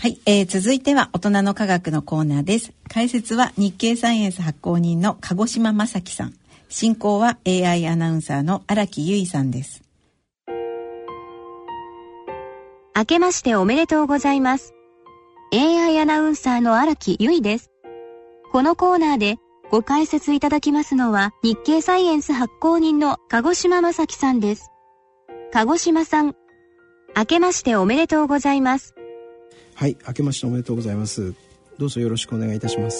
はい、続いては大人の科学のコーナーです。解説は日経サイエンス発行人の鹿児島正樹さん、進行は AI アナウンサーの荒木由衣さんです。 明けましておめでとうございます。AI アナウンサーの荒木由衣です。このコーナーでご解説いただきますのは日経サイエンス発行人の鹿児島正樹さんです。鹿児島さん、明けましておめでとうございます。 はい、明けましておめでとうございます。どうぞよろしくお願いいたします。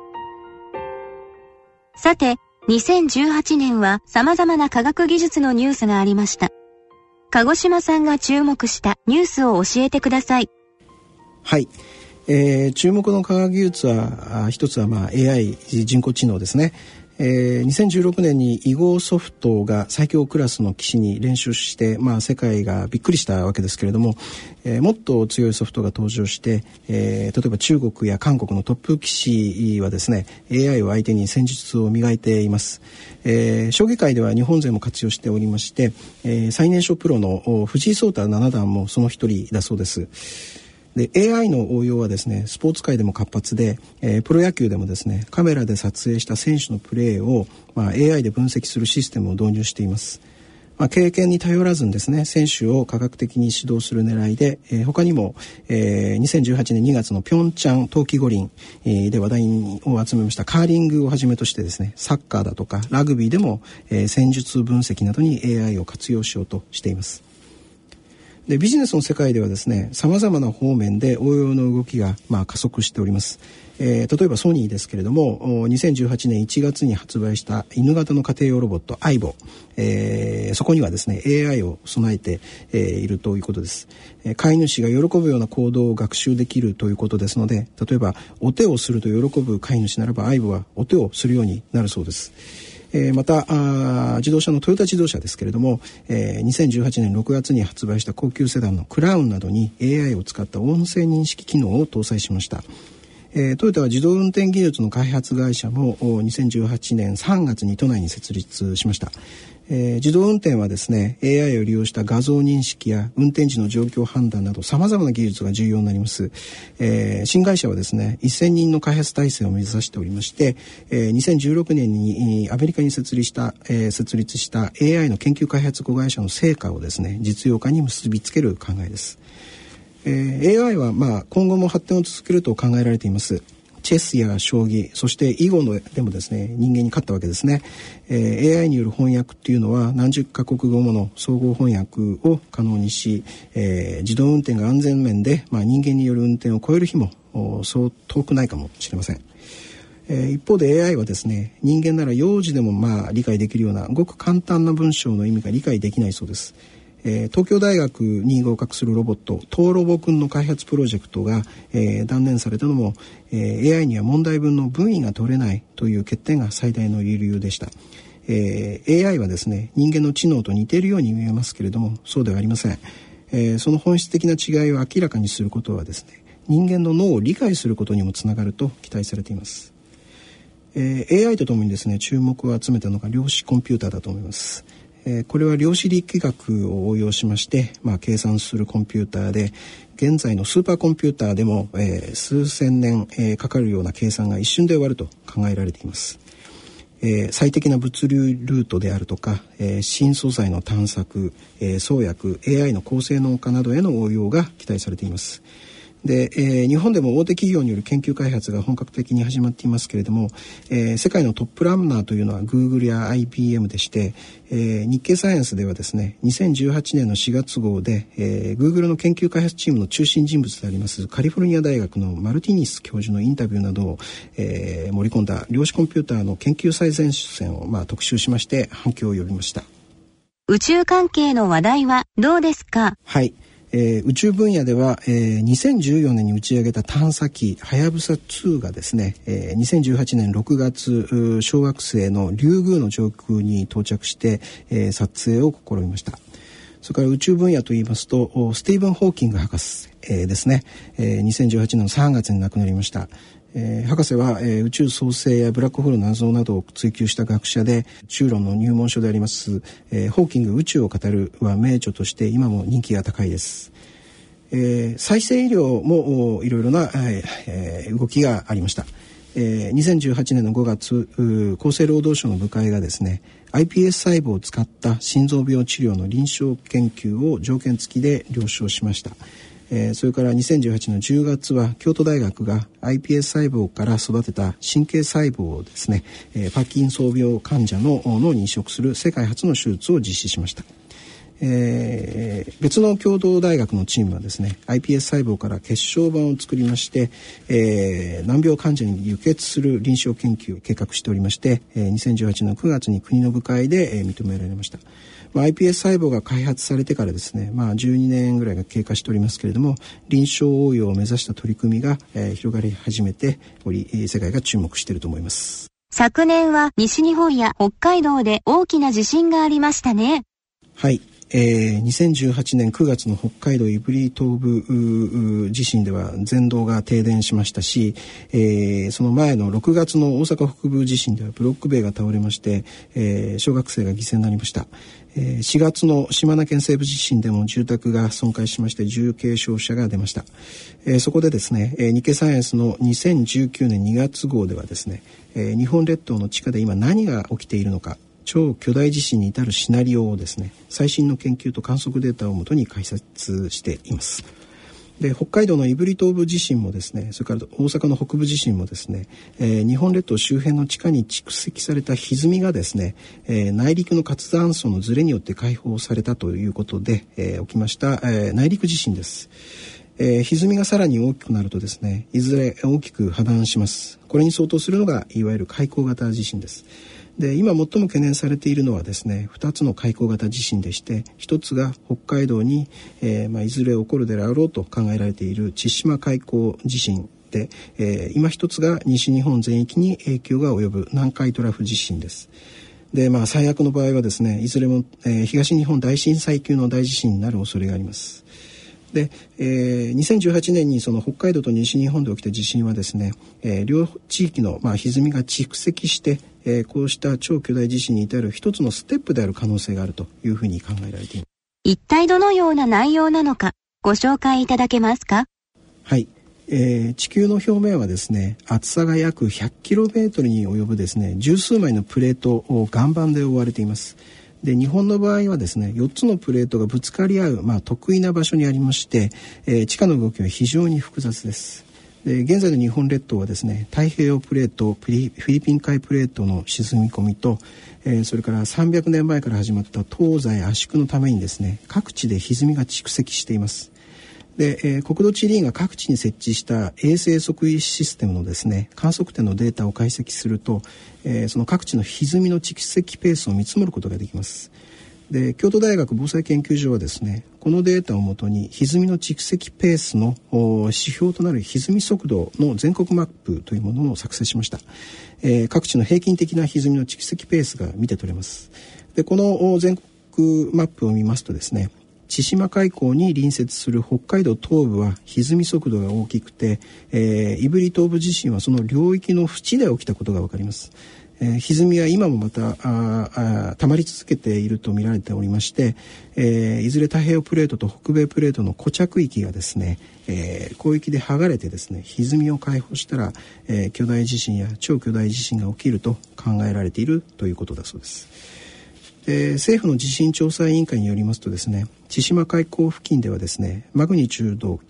さて、2018年は様々な科学技術のニュースがありました。鹿児島さんが注目したニュースを教えてください。 はい、注目の科学技術は一つはAI 人工知能ですね。2016年に囲碁ソフトが最強クラスの棋士に練習して、世界がびっくりしたわけですけれども、もっと強いソフトが登場して、例えば中国や韓国のトップ棋士はですね AI を相手に戦術を磨いています。将棋界では日本勢も活用しておりまして、最年少プロの藤井聡太七段もその一人だそうです。で AI の応用はですねスポーツ界でも活発で、プロ野球でもですねカメラで撮影した選手のプレーを、AI で分析するシステムを導入しています。経験に頼らずにですね選手を科学的に指導する狙いで、他にも、2018年2月のピョンチャン冬季五輪、で話題を集めましたカーリングをはじめとしてですねサッカーだとかラグビーでも、戦術分析などに AI を活用しようとしています。でビジネスの世界ではですね様々な方面で応用の動きが加速しております。例えばソニーですけれども2018年1月に発売した犬型の家庭用ロボットアイボ、そこにはですね AI を備えて、いるということです。飼い主が喜ぶような行動を学習できるということですので、例えばお手をすると喜ぶ飼い主ならばアイボはお手をするようになるそうです。また自動車のトヨタ自動車ですけれども、2018年6月に発売した高級セダンのクラウンなどに AI を使った音声認識機能を搭載しました。トヨタは自動運転技術の開発会社も2018年3月に都内に設立しました。自動運転はですね AI を利用した画像認識や運転時の状況判断など様々な技術が重要になります。新会社はですね1000人の開発体制を目指しておりまして、2016年にアメリカに設立した AI の研究開発子会社の成果をですね実用化に結びつける考えです。AI は今後も発展を続けると考えられています。チェスや将棋、そして囲碁でもですね人間に勝ったわけですね。AI による翻訳っていうのは何十カ国語もの総合翻訳を可能にし、自動運転が安全面で、人間による運転を超える日もそう遠くないかもしれません。一方で AI はですね人間なら幼児でも理解できるようなごく簡単な文章の意味が理解できないそうです。東京大学に合格するロボットトーロボくんの開発プロジェクトが、断念されたのも、AI には問題文の分位が取れないという欠点が最大の理由でした。AI はですね人間の知能と似ているように見えますけれどもそうではありません。その本質的な違いを明らかにすることはですね人間の脳を理解することにもつながると期待されています。AI とともにですね注目を集めたのが量子コンピューターだと思います。これは量子力学を応用しまして、計算するコンピューターで現在のスーパーコンピューターでも、数千年、かかるような計算が一瞬で終わると考えられています。最適な物流ルートであるとか、新素材の探索、創薬 AI の高性能化などへの応用が期待されています。で、日本でも大手企業による研究開発が本格的に始まっていますけれども、世界のトップランナーというのは Google や IBM でして、日経サイエンスではですね2018年の4月号で、Google の研究開発チームの中心人物でありますカリフォルニア大学のマルティニス教授のインタビューなどを、盛り込んだ量子コンピューターの研究最前線を、特集しまして反響を呼びました。 宇宙関係の話題はどうですか？ はい、宇宙分野では、2014年に打ち上げた探査機はやぶさ2がですね、2018年6月小惑星のリュウグウの上空に到着して、撮影を試みました。それから宇宙分野といいますとスティーブン・ホーキング博士、ですね、2018年の3月に亡くなりました。博士は、宇宙創生やブラックホールの謎などを追求した学者で宇宙論の入門書であります、ホーキング宇宙を語るは名著として今も人気が高いです。 再生医療もいろいろな、動きがありました。2018年の5月厚生労働省の部会がですね iPS 細胞を使った心臓病治療の臨床研究を条件付きで了承しました。それから2018年の10月は京都大学が iPS 細胞から育てた神経細胞をですね、パーキンソン病患者の脳に移植する世界初の手術を実施しました。別の共同大学のチームはですね iPS 細胞から血小板を作りまして、難病患者に輸血する臨床研究を計画しておりまして、2018年の9月に国の部会で、認められました。iPS 細胞が開発されてからですね、12年ぐらいが経過しておりますけれども、臨床応用を目指した取り組みが、広がり始めており、世界が注目していると思います。 昨年は西日本や北海道で大きな地震がありましたね。 はい。2018年9月の北海道胆振東部地震では全道が停電しましたし、その前の6月の大阪北部地震ではブロック塀が倒れまして、小学生が犠牲になりました。4月の島根県西部地震でも住宅が損壊しまして重軽傷者が出ました。そこでですね、日経サイエンスの2019年2月号ではですね、日本列島の地下で今何が起きているのか、超巨大地震に至るシナリオをですね、最新の研究と観測データをもとに解説しています。で、北海道の胆振東部地震もですね、それから大阪の北部地震もですね、日本列島周辺の地下に蓄積された歪みがですね、内陸の活断層のずれによって解放されたということで、起きました、内陸地震です。歪みがさらに大きくなるとですね、いずれ大きく破断します。これに相当するのがいわゆる海溝型地震です。で、今最も懸念されているのはですね、2つの海溝型地震でして、1つが北海道に、いずれ起こるであろうと考えられている千島海溝地震で、今1つが西日本全域に影響が及ぶ南海トラフ地震です。で、最悪の場合はですね、いずれも、東日本大震災級の大地震になる恐れがあります。で、2018年にその北海道と西日本で起きた地震はですね、両地域の歪みが蓄積して、こうした超巨大地震に至る一つのステップである可能性があるというふうに考えられています。 一体どのような内容なのかご紹介いただけますか？ はい。地球の表面はですね、厚さが約 100km に及ぶですね、十数枚のプレートを岩盤で覆われています。で、日本の場合はですね、4つのプレートがぶつかり合う、得意な場所にありまして、地下の動きは非常に複雑です。で、現在の日本列島はですね、太平洋プレート、フィリピン海プレートの沈み込みと、それから300年前から始まった東西圧縮のためにですね、各地で歪みが蓄積しています。で、国土地理院が各地に設置した衛星測位システムのですね、観測点のデータを解析すると、その各地の歪みの蓄積ペースを見積もることができます。で、京都大学防災研究所はですね、このデータをもとに歪みの蓄積ペースの指標となる歪み速度の全国マップというものを作成しました。各地の平均的な歪みの蓄積ペースが見て取れます。で、この全国マップを見ますとですね、千島海溝に隣接する北海道東部は歪み速度が大きくて、胆振東部地震はその領域の縁で起きたことが分かります。歪みは今もまた溜まり続けていると見られておりまして、いずれ太平洋プレートと北米プレートの固着域がですね、広域で剥がれてですね、歪みを解放したら、巨大地震や超巨大地震が起きると考えられているということだそうです。政府の地震調査委員会によりますとですね、千島海溝付近ではですね、マグニチュード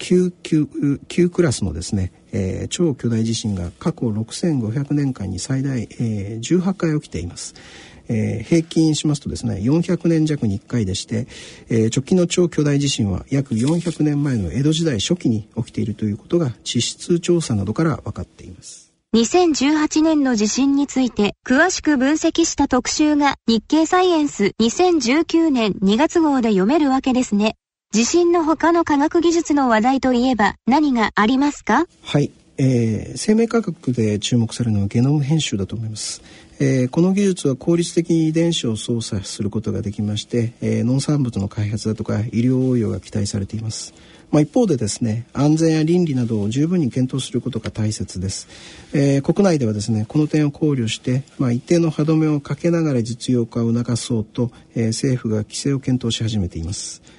9クラスのですね、超巨大地震が過去6500年間に最大、18回起きています。平均しますとですね、400年弱に1回でして、直近の超巨大地震は約400年前の江戸時代初期に起きているということが地質調査などから分かっています。 2018年の地震について詳しく分析した特集が日経サイエンス2019年2月号で読めるわけですね。地震の他の科学技術の話題といえば何がありますか？ はい、生命科学で注目されるのはゲノム編集だと思います。この技術は効率的に遺伝子を操作することができまして、農産物の開発だとか医療応用が期待されています。一方でですね、安全や倫理などを十分に検討することが大切です。国内ではですね、この点を考慮して、一定の歯止めをかけながら実用化を促そうと、政府が規制を検討し始めています。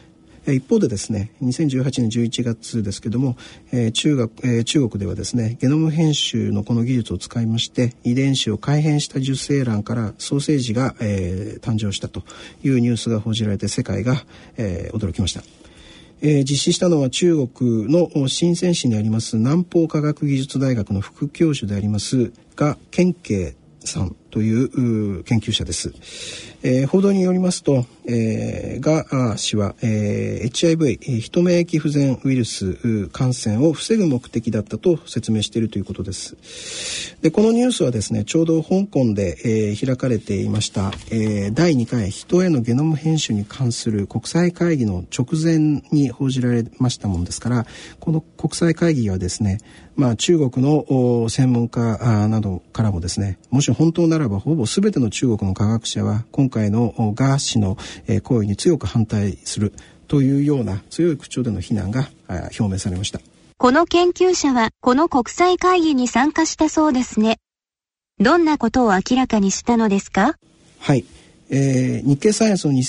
一方でですね、2018年11月ですけども、中国ではですね、ゲノム編集のこの技術を使いまして遺伝子を改変した受精卵からソーセージが、誕生したというニュースが報じられて世界が、驚きました。実施したのは中国の深セン市にあります南方科学技術大学の副教授であります賀建慶さんという研究者です。報道によりますと、賀氏は、HIV ヒト免疫不全ウイルス感染を防ぐ目的だったと説明しているということです。でこのニュースはですね、ちょうど香港で、開かれていました、第2回人へのゲノム編集に関する国際会議の直前に報じられましたものですから、この国際会議はですね、中国の専門家などからもですね、もし本当ならばほぼ全ての中国の科学者は今回のガー氏の行為に強く反対するというような強い口調での非難が表明されました。 この研究者はこの国際会議に参加したそうですね。どんなことを明らかにしたのですか？ はい。日経サイエンスの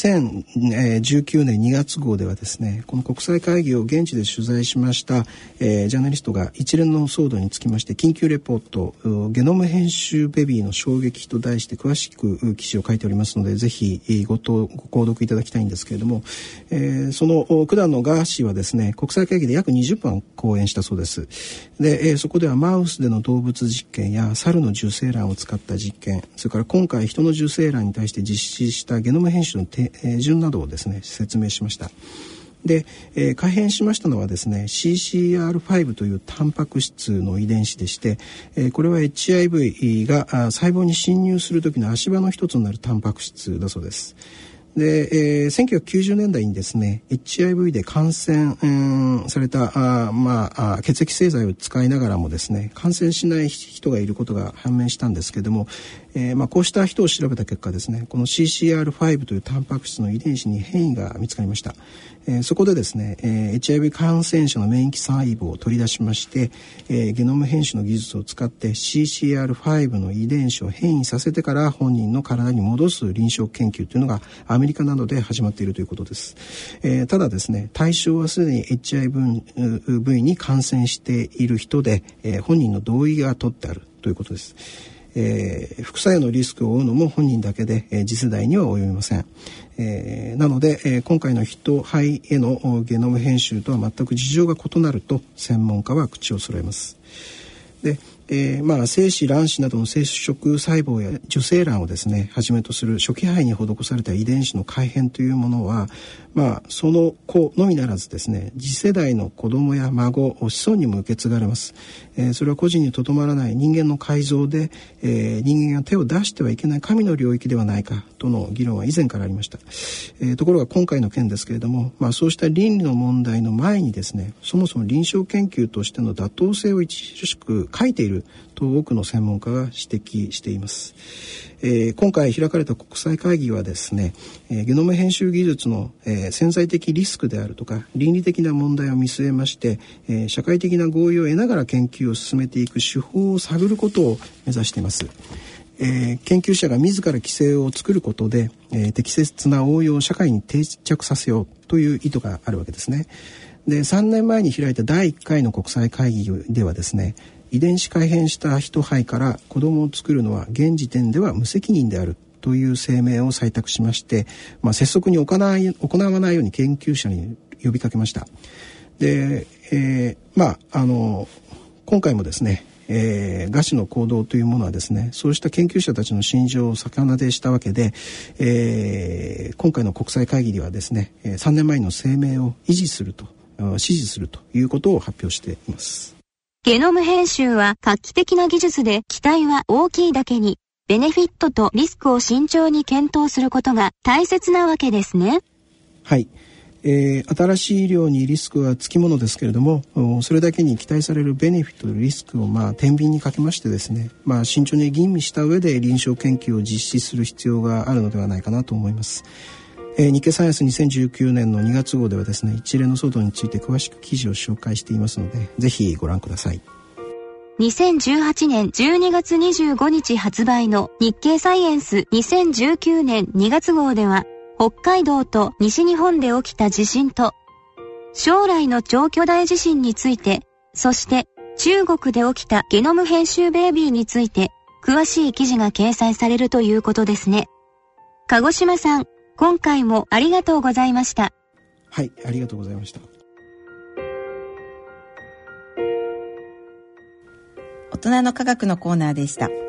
2019年2月号ではですね、この国際会議を現地で取材しました、ジャーナリストが一連の騒動につきまして緊急レポートゲノム編集ベビーの衝撃と題して詳しく記事を書いておりますので、ぜひご購読いただきたいんですけれども、その九段のガー氏はですね、国際会議で約20分講演したそうです。で、そこではマウスでの動物実験や猿の受精卵を使った実験、それから今回人の受精卵に対して実施したゲノム編集の手順などをですね説明しました。で、改変しましたのはですね CCR5 というタンパク質の遺伝子でして、これは HIV が細胞に侵入する時の足場の一つになるタンパク質だそうです。で、1990年代にですね HIV で感染、された血液製剤を使いながらもですね感染しない人がいることが判明したんですけれども、こうした人を調べた結果ですね、この CCR5 というタンパク質の遺伝子に変異が見つかりました。そこでですね、HIV 感染者の免疫細胞を取り出しまして、ゲノム編集の技術を使って CCR5 の遺伝子を変異させてから本人の体に戻す臨床研究というのがアメリカなどで始まっているということです。ただですね、対象はすでに HIV に感染している人で、本人の同意が取ってあるということです。副作用のリスクを負うのも本人だけで、次世代には及びません。なので、今回の人肺へのゲノム編集とは全く事情が異なると専門家は口を揃えます。で、精子卵子などの生殖細胞や受精卵をですねはじめとする初期胚に施された遺伝子の改変というものは、その子のみならずですね次世代の子供や孫子孫にも受け継がれます。それは個人にとどまらない人間の改造で、人間が手を出してはいけない神の領域ではないかとの議論は以前からありました。ところが今回の件ですけれども、そうした倫理の問題の前にですね、そもそも臨床研究としての妥当性を著しく欠いていると多くの専門家が指摘しています。今回開かれた国際会議はですね、ゲノム編集技術の、潜在的リスクであるとか倫理的な問題を見据えまして、社会的な合意を得ながら研究を進めていく手法を探ることを目指しています。研究者が自ら規制を作ることで、適切な応用を社会に定着させようという意図があるわけですね。で、3年前に開いた第1回の国際会議ではですね、遺伝子改変した人胚から子供を作るのは現時点では無責任であるという声明を採択しまして、拙速に行わないように研究者に呼びかけました。で、今回もですね、賀氏の行動というものはですね、そうした研究者たちの心情を逆なでしたわけで、今回の国際会議ではですね、3年前の声明を支持するということを発表しています。 ゲノム編集は画期的な技術で期待は大きいだけに、ベネフィットとリスクを慎重に検討することが大切なわけですね。 はい。新しい医療にリスクはつきものですけれども、それだけに期待されるベネフィットとリスクを天秤にかけましてですね、慎重に吟味した上で臨床研究を実施する必要があるのではないかなと思います。日経サイエンス2019年の2月号ではですね、一連の騒動について詳しく記事を紹介していますので、ぜひご覧ください。 2018年12月25日発売の日経サイエンス2019年2月号では、北海道と西日本で起きた地震と将来の超巨大地震について、そして中国で起きたゲノム編集ベイビーについて、詳しい記事が掲載されるということですね。鹿児島さん、今回もありがとうございました。 はい、ありがとうございました。 大人の科学のコーナーでした。